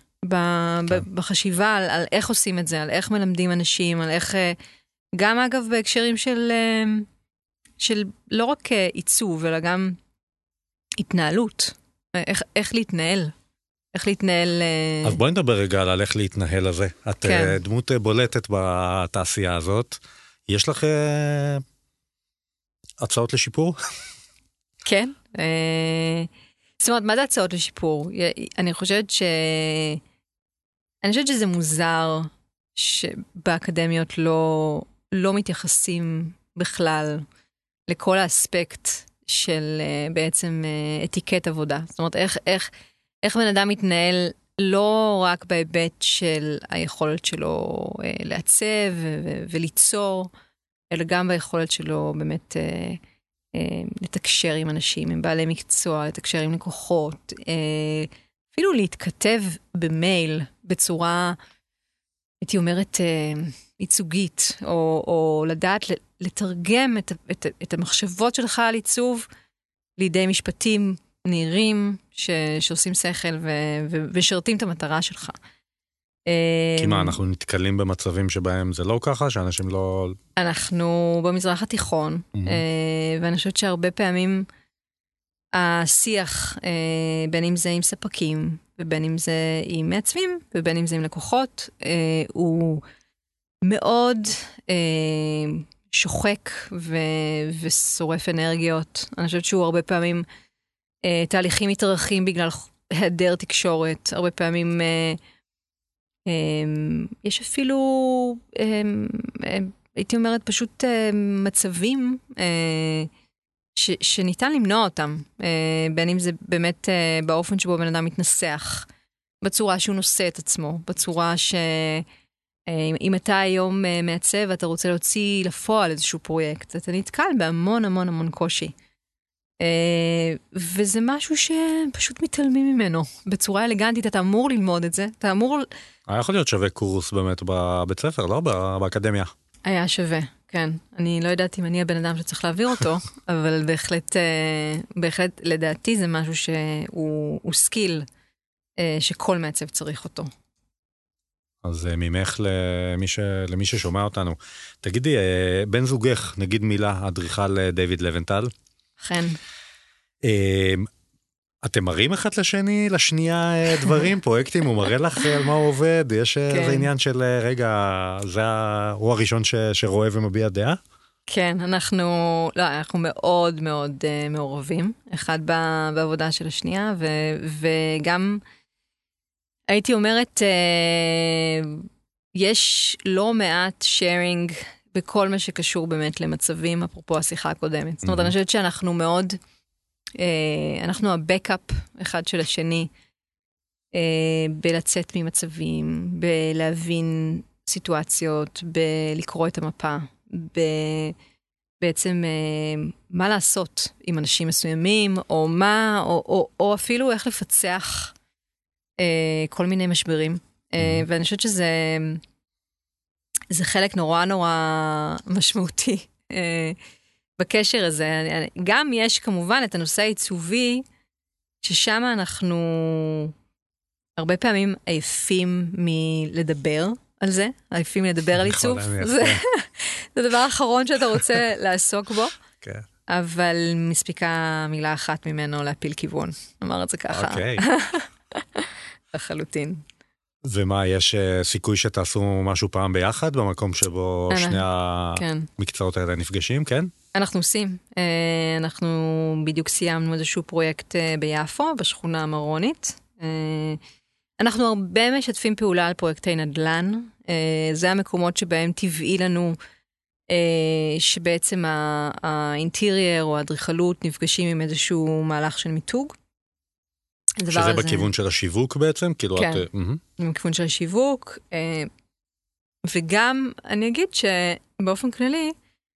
בחשיבה על, על איך עושים את זה, על איך מלמדים אנשים, על איך, גם אגב בהקשרים של, של לא רק עיצוב, אלא גם התנהלות. איך, איך להתנהל. איך להתנהל... אז בואי נדבר רגע על איך להתנהל הזה. את כן. דמות בולטת בתעשייה הזאת. יש לך הצעות לשיפור? כן. זאת אומרת, מה זה הצעות לשיפור? אני חושבת ש... אני חושבת שזה מוזר שבאקדמיות לא, לא מתייחסים בכלל לכל האספקט של בעצם אתיקט עבודה. זאת אומרת, איך, איך, איך בן אדם מתנהל לא רק בהיבט של היכולת שלו לעצב ו- וליצור, אלא גם ביכולת שלו באמת אה, אה, לתקשר עם אנשים, עם בעלי מקצוע, לתקשר עם לקוחות, אה, אפילו להתכתב במייל בצורה, הייתי אומרת, אה, ייצוגית, או, או לדעת לתרגם את, את, את המחשבות שלך על עיצוב לידי משפטים נהירים ש, שעושים שכל ו, ו, ושרתים את המטרה שלך. כי מה, אנחנו נתקלים במצבים שבהם זה לא ככה, שאנשים לא... אנחנו במזרח התיכון, ואני חושבת שהרבה פעמים השיח, בין אם זה עם ספקים, ובין אם זה עם מעצבים, ובין אם זה עם לקוחות, הוא מאוד שוחק ושורף אנרגיות. אני חושבת שהוא הרבה פעמים תהליכים מתארכים בגלל היעדר תקשורת, הרבה פעמים... יש אפילו, הייתי אומרת, פשוט מצבים ש, שניתן למנוע אותם, בין אם זה באמת באופן שבו בן אדם מתנסח, בצורה שהוא נושא את עצמו, בצורה שאם אתה היום מעצב ואתה רוצה להוציא לפועל איזשהו פרויקט, אתה נתקל בהמון המון המון קושי. וזה משהו שפשוט מתעלמים ממנו בצורה אלגנטית. אתה אמור ללמוד את זה, אתה אמור... היה יכול להיות שווה קורס באמת בבית ספר, לא? באקדמיה. היה שווה, כן. אני לא יודעת אם אני הבן אדם שצריך להעביר אותו, אבל בהחלט, בהחלט לדעתי זה משהו שהוא סקיל שכל מעצב צריך אותו. אז ממך למי, ש, למי ששומע אותנו, תגידי, בן זוגך, נגיד מילה, אדריכל דיוויד לבנטל. אכן. אתם מראים אחד לשני, לשנייה דברים, פרויקטים, הוא מראה לך על מה הוא עובד, יש איזה עניין של רגע, זה הוא הראשון ש, שרואה ומביע דעה? כן, אנחנו, לא, אנחנו מאוד מאוד מעורבים, אחד בעבודה של השנייה, ו, וגם הייתי אומרת, יש לא מעט sharing בכל מה שקשור באמת למצבים, אפרופו השיחה הקודמת. זאת אומרת, אני חושבת שאנחנו מאוד, אנחנו הבקאפ אחד של השני, בלצאת ממצבים, בלהבין סיטואציות, בלקרוא את המפה, בעצם מה לעשות עם אנשים מסוימים, או מה, או, או, או אפילו איך לפצח כל מיני משברים. ואני חושבת שזה... זה חלק נורא נורא משמעותי אה, בקשר הזה. גם יש כמובן את הנושא העיצובי, ששם אנחנו הרבה פעמים עייפים מלדבר על זה, עייפים לדבר על עיצוב. זה, זה הדבר האחרון שאתה רוצה לעסוק בו, כן. אבל מספיקה מילה אחת ממנו להפיל כיוון. נאמר את זה ככה. אוקיי. לחלוטין. ומה, יש סיכוי שתעשו משהו פעם ביחד, במקום שבו שני המקצועות האלה נפגשים, כן? אנחנו עושים. אנחנו בדיוק סיימנו איזשהו פרויקט ביפו, בשכונה המרונית. אנחנו הרבה משתפים פעולה על פרויקטי נדל"ן. זה המקומות שבהם טבעי לנו, שבעצם האינטרייר או האדריכלות נפגשים עם איזשהו מהלך של מיתוג. שזה הזה... בכיוון של השיווק בעצם? כאילו כן, את... בכיוון של השיווק, וגם אני אגיד שבאופן כללי,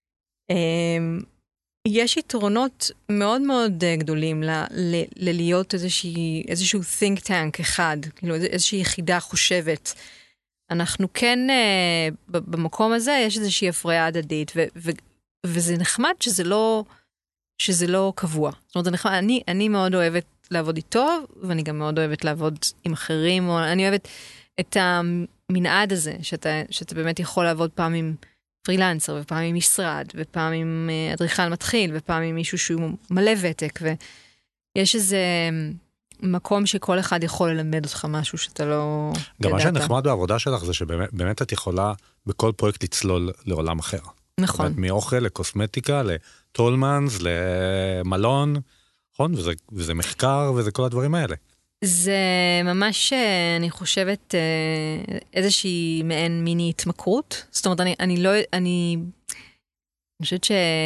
יש יתרונות מאוד מאוד גדולים ל- ל- ללהיות איזושהי, איזשהו think tank אחד, כאילו איזושהי יחידה חושבת. אנחנו כן, במקום הזה יש איזושהי הפריה הדדית, ו- ו- וזה נחמד שזה לא, שזה לא קבוע. זאת אומרת, זה נחמד, אני, אני מאוד אוהבת לעבוד איתו, ואני גם מאוד אוהבת לעבוד עם אחרים, או אני אוהבת את המנעד הזה, שאתה, שאתה באמת יכול לעבוד פעם עם פרילנסר, ופעם עם משרד, ופעם עם אדריכל מתחיל, ופעם עם מישהו שהוא מלא ותק, ויש איזה מקום שכל אחד יכול ללמד אותך משהו שאתה לא ידעת. גם מה שנחמד בעבודה שלך זה שבאמת את יכולה בכל פרויקט לצלול לעולם אחר. נכון. זאת אומרת, מאוכל לקוסמטיקה, לטולמנס, למלון, נכון? וזה, וזה מחקר, וזה כל הדברים האלה. זה ממש, אני חושבת, איזושהי מעין מיני התמכרות. זאת אומרת, אני, אני לא, אני, אני חושבת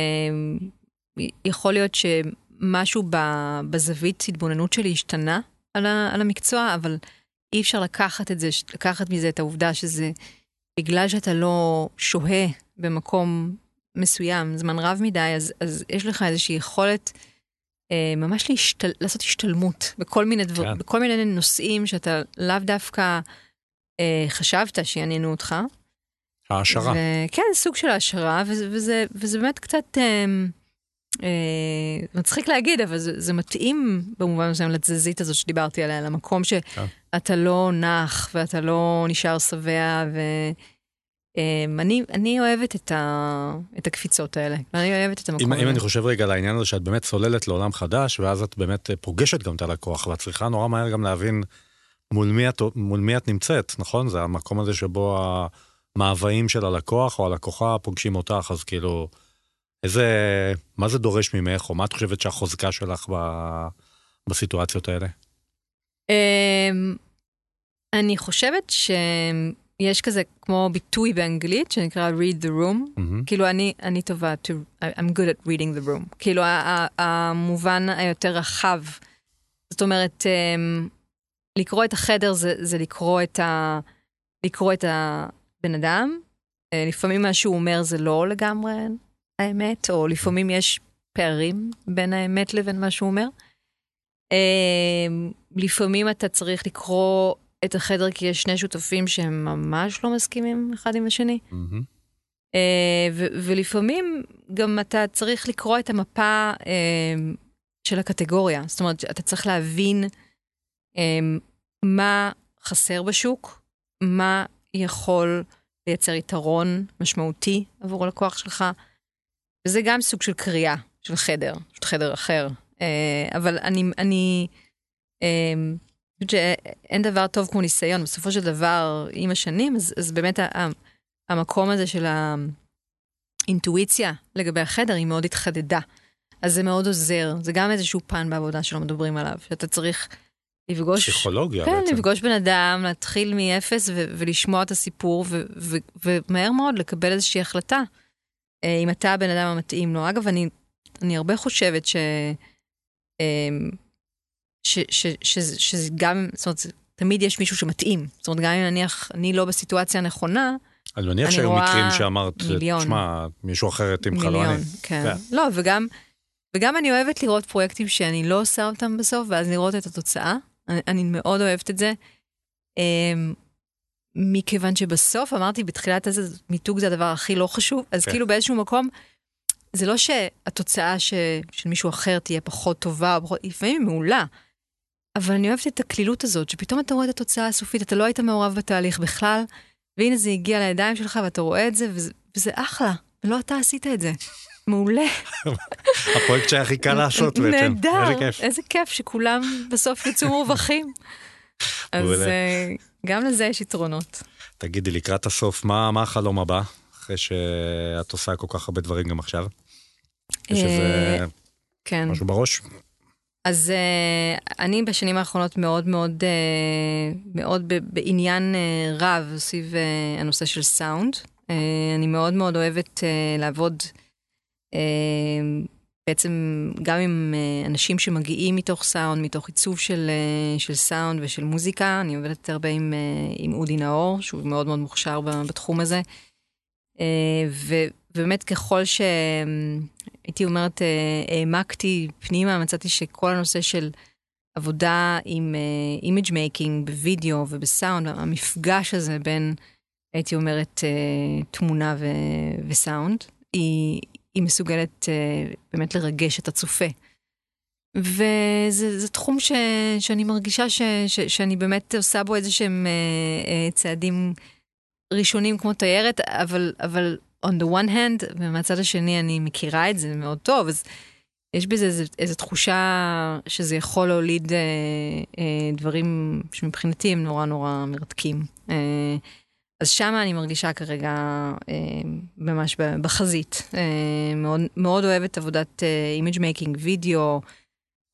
שיכול להיות שמשהו בזווית התבוננות שלי השתנה על, ה, על המקצוע, אבל אי אפשר לקחת את זה, לקחת מזה את העובדה שזה, בגלל שאתה לא שוהה במקום מסוים, זמן רב מדי, אז, אז יש לך איזושהי יכולת ממש להשתל... לעשות השתלמות בכל מיני דבר... כן. בכל מיני נושאים שאתה לאו דווקא אה, חשבת שיעניינו אותך. העשרה. ו... כן, סוג של העשרה, וזה, וזה, וזה באמת קצת אה, אה, מצחיק להגיד, אבל זה, זה מתאים במובן מסוים לתזזית הזאת שדיברתי עליה, למקום שאתה כן. לא נח ואתה לא נשאר שבע ו... אני, אני אוהבת את, ה, את הקפיצות האלה, אני אוהבת את המקום אם, הזה. אם אני חושב רגע על העניין הזה שאת באמת צוללת לעולם חדש, ואז את באמת פוגשת גם את הלקוח, ואת צריכה נורא מהר גם להבין מול מי את, מול מי את נמצאת, נכון? זה המקום הזה שבו המאוויים של הלקוח או הלקוחה פוגשים אותך, אז כאילו, איזה, מה זה דורש ממך, או מה את חושבת שהחוזקה שלך ב, בסיטואציות האלה? אני חושבת ש... יש כזה כמו ביטוי באנגלית שנקרא read the room, mm-hmm. כאילו אני, אני טובה, to, I'm good at reading the room, כאילו המובן היותר רחב, זאת אומרת, לקרוא את החדר זה, זה לקרוא את ה, לקרוא את הבן אדם, לפעמים מה שהוא אומר זה לא לגמרי האמת, או לפעמים יש פערים בין האמת לבין מה שהוא אומר, לפעמים אתה צריך לקרוא את החדר כי יש שני שותפים שהם ממש לא מסכימים אחד עם השני. Mm-hmm. Uh, ו- ולפעמים גם אתה צריך לקרוא את המפה uh, של הקטגוריה. זאת אומרת, אתה צריך להבין uh, מה חסר בשוק, מה יכול לייצר יתרון משמעותי עבור הלקוח שלך, וזה גם סוג של קריאה של חדר, של חדר אחר. Uh, אבל אני... אני uh, שאין דבר טוב כמו ניסיון, בסופו של דבר, עם השנים, אז, אז באמת המקום הזה של האינטואיציה לגבי החדר היא מאוד התחדדה. אז זה מאוד עוזר. זה גם איזשהו פן בעבודה שלא מדברים עליו, שאתה צריך לפגוש... פסיכולוגיה כן, בעצם. לפגוש בן אדם, להתחיל מאפס ו- ולשמוע את הסיפור, ו- ו- ומהר מאוד לקבל איזושהי החלטה. אם אתה הבן אדם המתאים לו. אגב, אני, אני הרבה חושבת ש... ש, ש, ש, שזה גם, זאת אומרת, תמיד יש מישהו שמתאים. זאת אומרת, גם אם נניח, אני לא בסיטואציה הנכונה, אני מניח שהיו מקרים שאמרת, תשמע, מישהו אחר יתאים לך, לא אני. כן. לא, וגם, וגם אני אוהבת לראות פרויקטים שאני לא עושה אותם בסוף, ואז לראות את התוצאה. אני, אני מאוד אוהבת את זה. מכיוון שבסוף, אמרתי בתחילת הזה, מיתוג זה הדבר הכי לא חשוב, אז כאילו באיזשהו מקום, זה לא שהתוצאה של מישהו אחר תהיה פחות טובה, לפעמים היא מעולה, אבל אני אוהבת את הכלילות הזאת, שפתאום אתה רואה את התוצאה הסופית, אתה לא היית מעורב בתהליך בכלל, והנה זה הגיע לידיים שלך, ואתה רואה את זה, וזה, וזה אחלה, ולא אתה עשית את זה. מעולה. הפרויקט שהיה הכי קל לעשות בעצם. נהדר, איזה כיף. איזה כיף שכולם בסוף יצאו מרווחים. אז גם לזה יש יתרונות. תגידי, לקראת הסוף, מה, מה החלום הבא, אחרי שאת עושה כל כך הרבה דברים גם עכשיו? יש איזה כן. משהו בראש? אז uh, אני בשנים האחרונות מאוד מאוד, uh, מאוד בעניין uh, רב סביב uh, הנושא של סאונד. Uh, אני מאוד מאוד אוהבת uh, לעבוד uh, בעצם גם עם uh, אנשים שמגיעים מתוך סאונד, מתוך עיצוב של, uh, של סאונד ושל מוזיקה. אני עובדת הרבה עם, uh, עם אודי נאור, שהוא מאוד מאוד מוכשר בתחום הזה. Uh, ו... ובאמת ככל שהייתי אומרת, העמקתי פנימה, מצאתי שכל הנושא של עבודה עם אימג' מייקינג בווידאו ובסאונד, המפגש הזה בין, הייתי אומרת, תמונה ו- וסאונד, היא, היא מסוגלת באמת לרגש את הצופה. וזה זה תחום ש, שאני מרגישה ש, ש, שאני באמת עושה בו איזה שהם צעדים ראשונים כמו תיירת, אבל... אבל on the one hand, ומהצד השני אני מכירה את זה מאוד טוב, אז יש בזה איזו, איזו תחושה שזה יכול להוליד אה, אה, דברים שמבחינתי הם נורא נורא מרתקים. אה, אז שמה אני מרגישה כרגע אה, ממש בחזית. אה, מאוד, מאוד אוהבת עבודת אימג' מייקינג, וידאו,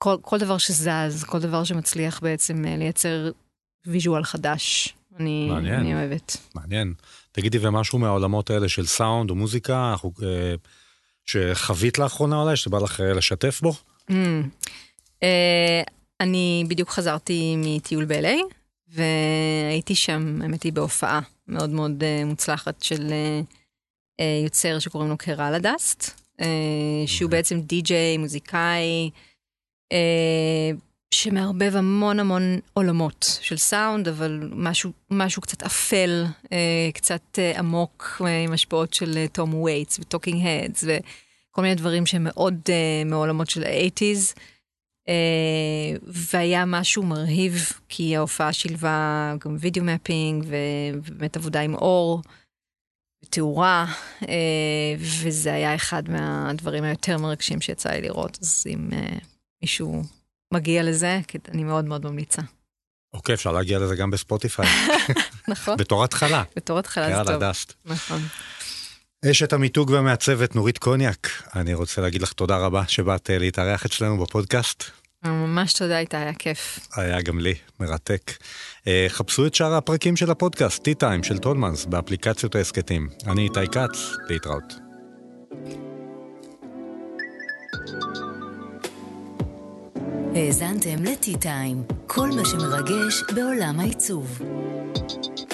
כל, כל דבר שזז, כל דבר שמצליח בעצם לייצר ויז'ואל חדש. אני, מעניין. אני אוהבת. מעניין. תגידי, ומשהו מהעולמות האלה של סאונד או מוזיקה, אנחנו, אה, שחווית לאחרונה אולי, שבא לך לשתף בו? Mm. אה, אני בדיוק חזרתי מטיול ב-אל איי, והייתי שם, האמת היא, בהופעה מאוד מאוד uh, מוצלחת של uh, uh, יוצר שקוראים לו קרלה דאסט, uh, שהוא בעצם די-ג'יי, מוזיקאי, uh, שמערבב המון המון עולמות של סאונד, אבל משהו, משהו קצת אפל, uh, קצת uh, עמוק, uh, עם השפעות של uh, תום וייטס וטוקינג הדס, וכל מיני דברים שהם מאוד uh, מעולמות של ה-שמונים. Uh, והיה משהו מרהיב, כי ההופעה שילבה גם וידאו מפינג, ובאמת עבודה עם אור, ותאורה, uh, וזה היה אחד מהדברים היותר מרגשים שיצא לי לראות, אז אם uh, מישהו מגיע לזה, אני מאוד מאוד ממליצה. אוקיי, אפשר להגיע לזה גם בספוטיפיי. נכון. בתור התחלה. בתור התחלה זה טוב. קרלה דאסט. נכון. אשת המיתוג והמעצבת נורית קוניאק, אני רוצה להגיד לך תודה רבה שבאת להתארח אצלנו בפודקאסט. ממש תודה, איתה, היה כיף. היה גם לי, מרתק. חפשו את שאר הפרקים של הפודקאסט, טי טיים של טולמנס, באפליקציות העסקתים. אני איתי קץ, להתראות. האזנתם לטי טיים, כל מה שמרגש בעולם העיצוב.